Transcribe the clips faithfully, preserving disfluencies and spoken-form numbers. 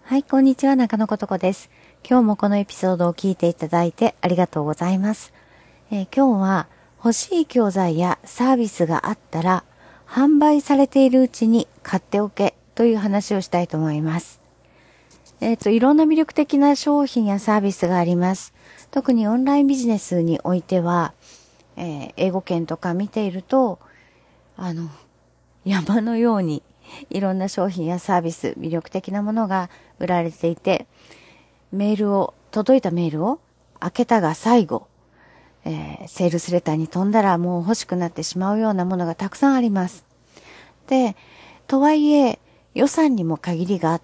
はい、こんにちは、中野ことこです。今日もこのエピソードを聞いていただいてありがとうございます。えー今日は欲しい教材やサービスがあったら販売されているうちに買っておけという話をしたいと思います。えっと、いろんな魅力的な商品やサービスがあります。特にオンラインビジネスにおいては、えー英語圏とか見ていると、あの、山のようにいろんな商品やサービス、魅力的なものが売られていて、メールを、届いたメールを開けたが最後、えーセールスレターに飛んだらもう欲しくなってしまうようなものがたくさんあります。で、とはいえ予算にも限りがあって、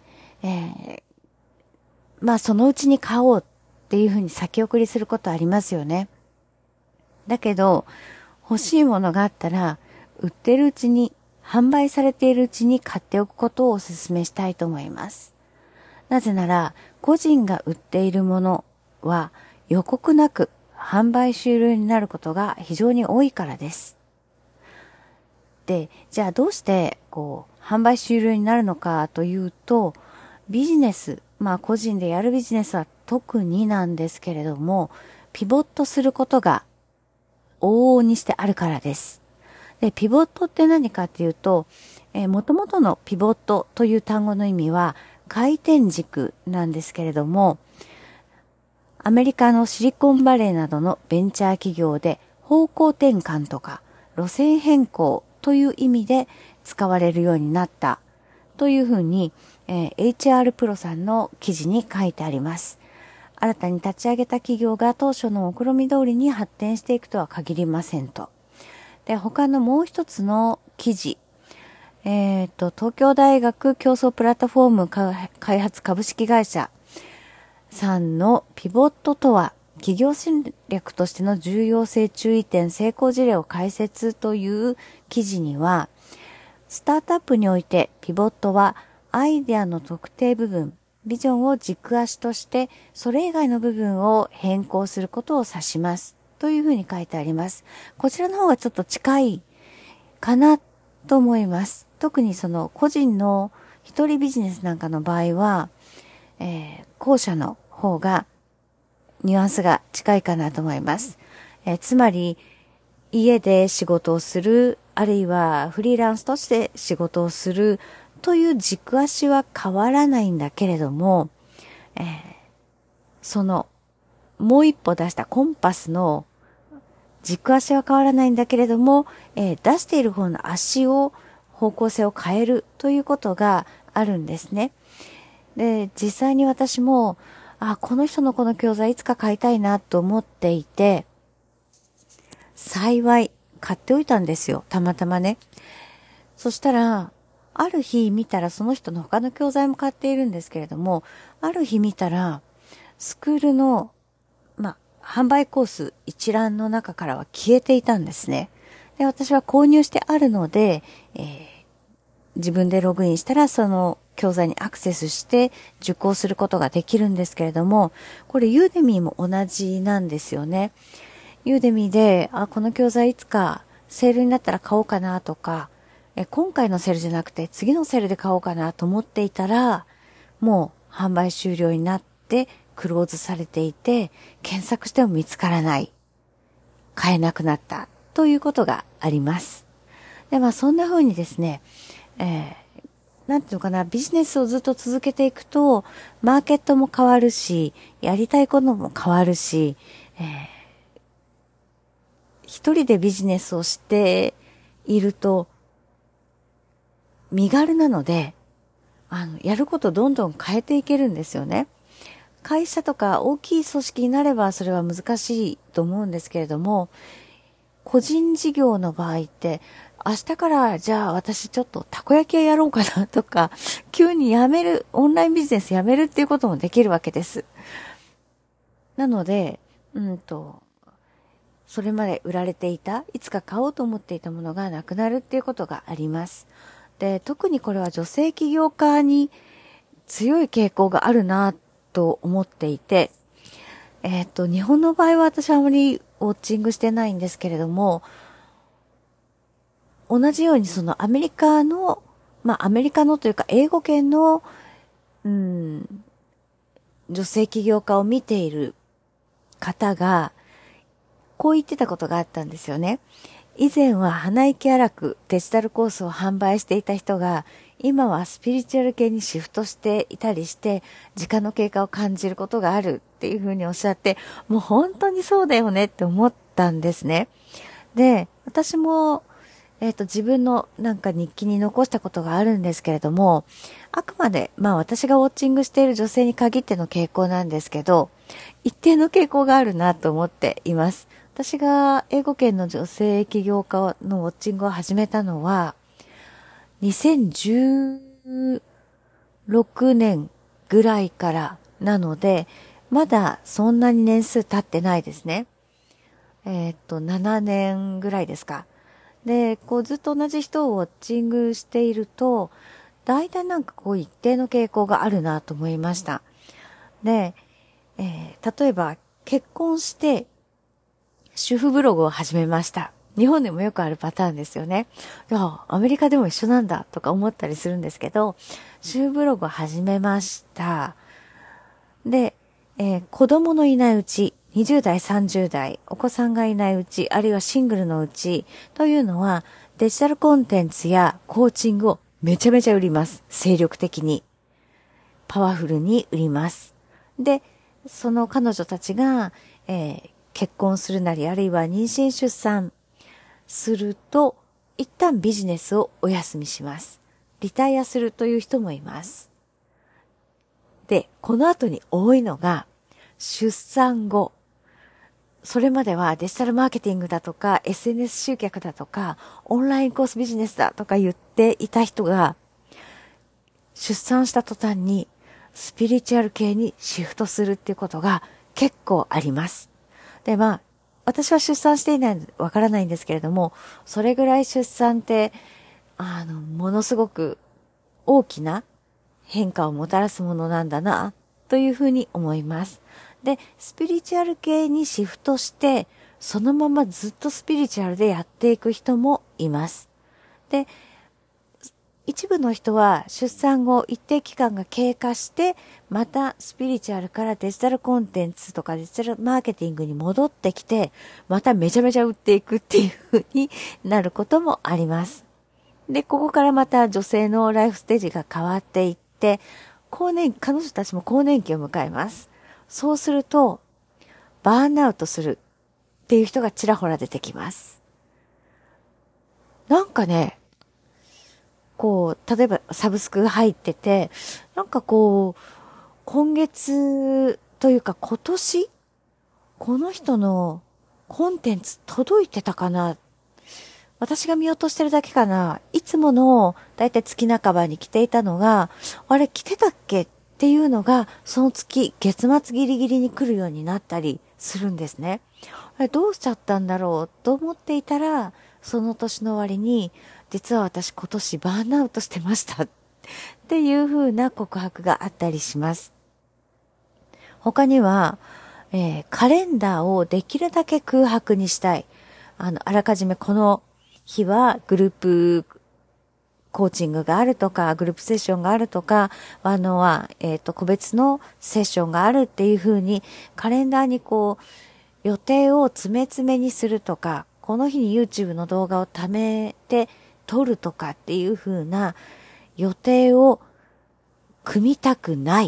えーまあそのうちに買おうっていうふうに先送りすることありますよね。だけど、欲しいものがあったら、売ってるうちに、販売されているうちに買っておくことをお勧めしたいと思います。なぜなら、個人が売っているものは予告なく販売終了になることが非常に多いからです。で、じゃあどうして、こう、販売終了になるのかというと、ビジネス、まあ個人でやるビジネスは特になんですけれども、ピボットすることが往々にしてあるからです。で、ピボットって何かっていうと、えー、元々のピボットという単語の意味は回転軸なんですけれども、アメリカのシリコンバレーなどのベンチャー企業で方向転換とか路線変更という意味で使われるようになったというふうに、えー、エイチアール プロさんの記事に書いてあります。新たに立ち上げた企業が当初の目論見通りに発展していくとは限りませんと。で、他のもう一つの記事、えっと、東京大学競争プラットフォーム開発株式会社さんのピボットとは、企業戦略としての重要性注意点成功事例を解説という記事には、スタートアップにおいてピボットはアイデアの特定部分、ビジョンを軸足としてそれ以外の部分を変更することを指しますというふうに書いてあります。こちらの方がちょっと近いかなと思います。特にその個人の一人ビジネスなんかの場合は、えー後者の方がニュアンスが近いかなと思います。えーつまり家で仕事をする、あるいはフリーランスとして仕事をするという軸足は変わらないんだけれども、えーそのもう一歩出したコンパスの軸足は変わらないんだけれども、えー出している方の足を方向性を変えるということがあるんですね。で、実際に私も、あ、この人のこの教材いつか買いたいなと思っていて、幸い買っておいたんですよ。たまたまね。そしたら、ある日見たらその人の他の教材も買っているんですけれども、ある日見たら、スクールの、まあ、販売コース一覧の中からは消えていたんですね。で、私は購入してあるので、えー自分でログインしたらその教材にアクセスして受講することができるんですけれども、これユーデミーも同じなんですよね。ユーデミーで、あ、この教材いつかセールになったら買おうかなとか、え今回のセールじゃなくて次のセールで買おうかなと思っていたら、もう販売終了になってクローズされていて、検索しても見つからない。買えなくなったということがあります。で、まあそんな風にですね、えー、なんていうのかな、ビジネスをずっと続けていくと、マーケットも変わるし、やりたいことも変わるし、えー、一人でビジネスをしていると、身軽なので、あの、やることどんどん変えていけるんですよね。会社とか大きい組織になればそれは難しいと思うんですけれども、個人事業の場合って、明日からじゃあ私ちょっとたこ焼き屋やろうかなとか、急に辞める、オンラインビジネス辞めるっていうこともできるわけです。なので、うんと、それまで売られていた、いつか買おうと思っていたものがなくなるっていうことがあります。で、特にこれは女性起業家に強い傾向があるなと思っていて、えっと、日本の場合は私はあまりウォッチングしてないんですけれども、同じようにそのアメリカの、まあアメリカのというか英語圏のうん、女性起業家を見ている方が、こう言ってたことがあったんですよね。以前は鼻息荒くデジタルコースを販売していた人が、今はスピリチュアル系にシフトしていたりして、時間の経過を感じることがあるっていうふうにおっしゃって、もう本当にそうだよねって思ったんですね。で、私も、えっと、自分のなんか日記に残したことがあるんですけれども、あくまで、まあ私がウォッチングしている女性に限っての傾向なんですけど、一定の傾向があるなと思っています。私が英語圏の女性起業家のウォッチングを始めたのは、にせんじゅうろくねんぐらいからなので、まだそんなに年数経ってないですね。えっと、ななねんぐらいですか。で、こうずっと同じ人をウォッチングしていると、大体なんかこう一定の傾向があるなと思いました。で、えー、例えば結婚して主婦ブログを始めました。日本でもよくあるパターンですよね。いや、アメリカでも一緒なんだとか思ったりするんですけど、主婦ブログを始めました。で、えー、子供のいないうち、にじゅう代、さんじゅう代、お子さんがいないうち、あるいはシングルのうちというのは、デジタルコンテンツやコーチングをめちゃめちゃ売ります。精力的に。パワフルに売ります。で、その彼女たちが、えー、結婚するなり、あるいは妊娠出産すると、一旦ビジネスをお休みします。リタイアするという人もいます。で、この後に多いのが、出産後。それまではデジタルマーケティングだとか、エスエヌエス 集客だとか、オンラインコースビジネスだとか言っていた人が、出産した途端にスピリチュアル系にシフトするっていうことが結構あります。で、まあ、私は出産していないのでわからないんですけれども、それぐらい出産って、あの、ものすごく大きな変化をもたらすものなんだな、というふうに思います。で、スピリチュアル系にシフトして、そのままずっとスピリチュアルでやっていく人もいます。で、一部の人は出産後一定期間が経過して、またスピリチュアルからデジタルコンテンツとかデジタルマーケティングに戻ってきて、まためちゃめちゃ売っていくっていう風になることもあります。で、ここからまた女性のライフステージが変わっていって、更年、彼女たちも更年期を迎えます。そうすると、バーンアウトするっていう人がちらほら出てきます。なんかね、こう、例えばサブスク入ってて、なんかこう、今月というか今年、この人のコンテンツ届いてたかな、私が見落としてるだけかな、いつものだいたい月半ばに来ていたのが、あれ来てたっけっていうのが、その月、月末ギリギリに来るようになったりするんですね。あれどうしちゃったんだろうと思っていたら、その年の終わりに、実は私今年バーンアウトしてましたっていう風な告白があったりします。他には、えー、カレンダーをできるだけ空白にしたい。あの、あらかじめこの日はグループコーチングがあるとか、グループセッションがあるとか、あのは、えっと、個別のセッションがあるっていう風に、カレンダーにこう、予定を詰め詰めにするとか、この日に YouTube の動画を貯めて撮るとかっていう風な予定を組みたくない。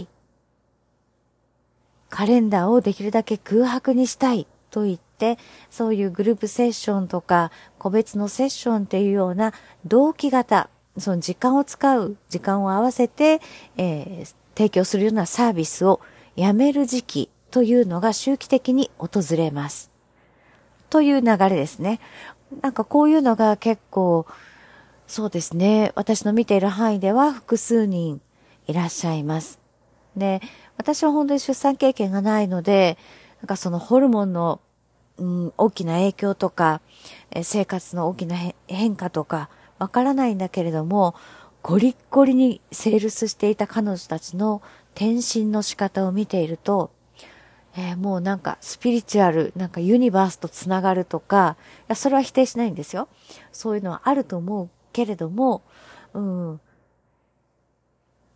カレンダーをできるだけ空白にしたいと言って、そういうグループセッションとか個別のセッションっていうような同期型、その時間を使う、時間を合わせて、えー、提供するようなサービスをやめる時期というのが周期的に訪れます。という流れですね。なんかこういうのが結構、そうですね。私の見ている範囲では複数人いらっしゃいます。で、私は本当に出産経験がないので、なんかそのホルモンの、うん、大きな影響とか、え生活の大きな変化とか、わからないんだけれども、ゴリッゴリにセールスしていた彼女たちの転身の仕方を見ていると、えー、もうなんかスピリチュアル、なんかユニバースとつながるとか、いや、それは否定しないんですよ。そういうのはあると思うけれども、うん、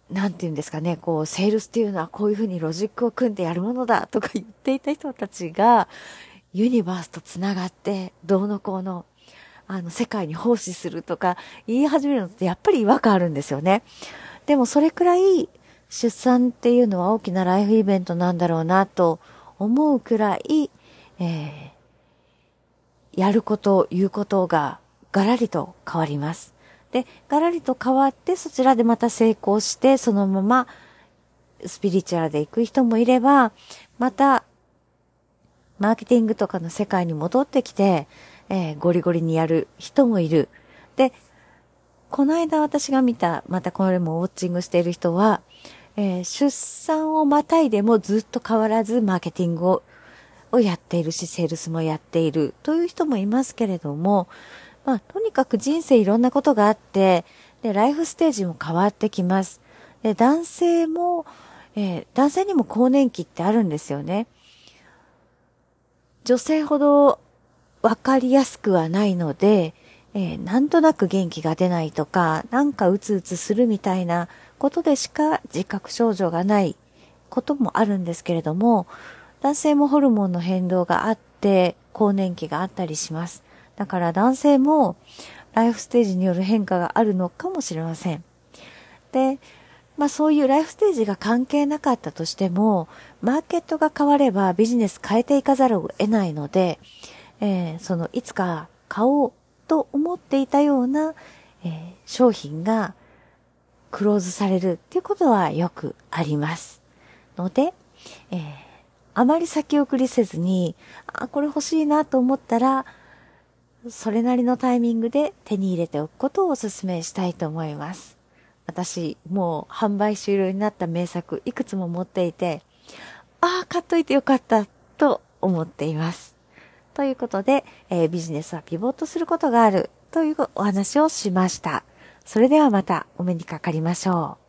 なんていうんですかね、こう、セールスっていうのはこういうふうにロジックを組んでやるものだとか言っていた人たちが、ユニバースとつながって、どうのこうの、あの、世界に奉仕するとか言い始めるのってやっぱり違和感あるんですよね。でもそれくらい、出産っていうのは大きなライフイベントなんだろうなと思うくらい、えー、やること、言うことがガラリと変わります。で、ガラリと変わってそちらでまた成功してそのままスピリチュアルで行く人もいれば、またマーケティングとかの世界に戻ってきて、えー、ゴリゴリにやる人もいる。で、この間私が見た、またこれもウォッチングしている人は、えー、出産をまたいでもずっと変わらずマーケティングを、をやっているし、セールスもやっているという人もいますけれども、まあ、とにかく人生いろんなことがあって、で、ライフステージも変わってきます。で、男性も、えー、男性にも更年期ってあるんですよね。女性ほどわかりやすくはないので、えー、なんとなく元気が出ないとか、なんかうつうつするみたいなことでしか自覚症状がないこともあるんですけれども、男性もホルモンの変動があって、更年期があったりします。だから男性もライフステージによる変化があるのかもしれません。で、まあそういうライフステージが関係なかったとしても、マーケットが変わればビジネス変えていかざるを得ないので、えー、そのいつか買おうと思っていたような、えー、商品がクローズされるっていうことはよくありますので、えー、あまり先送りせずに、あ、これ欲しいなと思ったら、それなりのタイミングで手に入れておくことをお勧めしたいと思います。私、もう販売終了になった名作いくつも持っていて、ああ、買っといてよかったと思っています。ということで、えー、ビジネスはピボットすることがあるというお話をしました。それではまたお目にかかりましょう。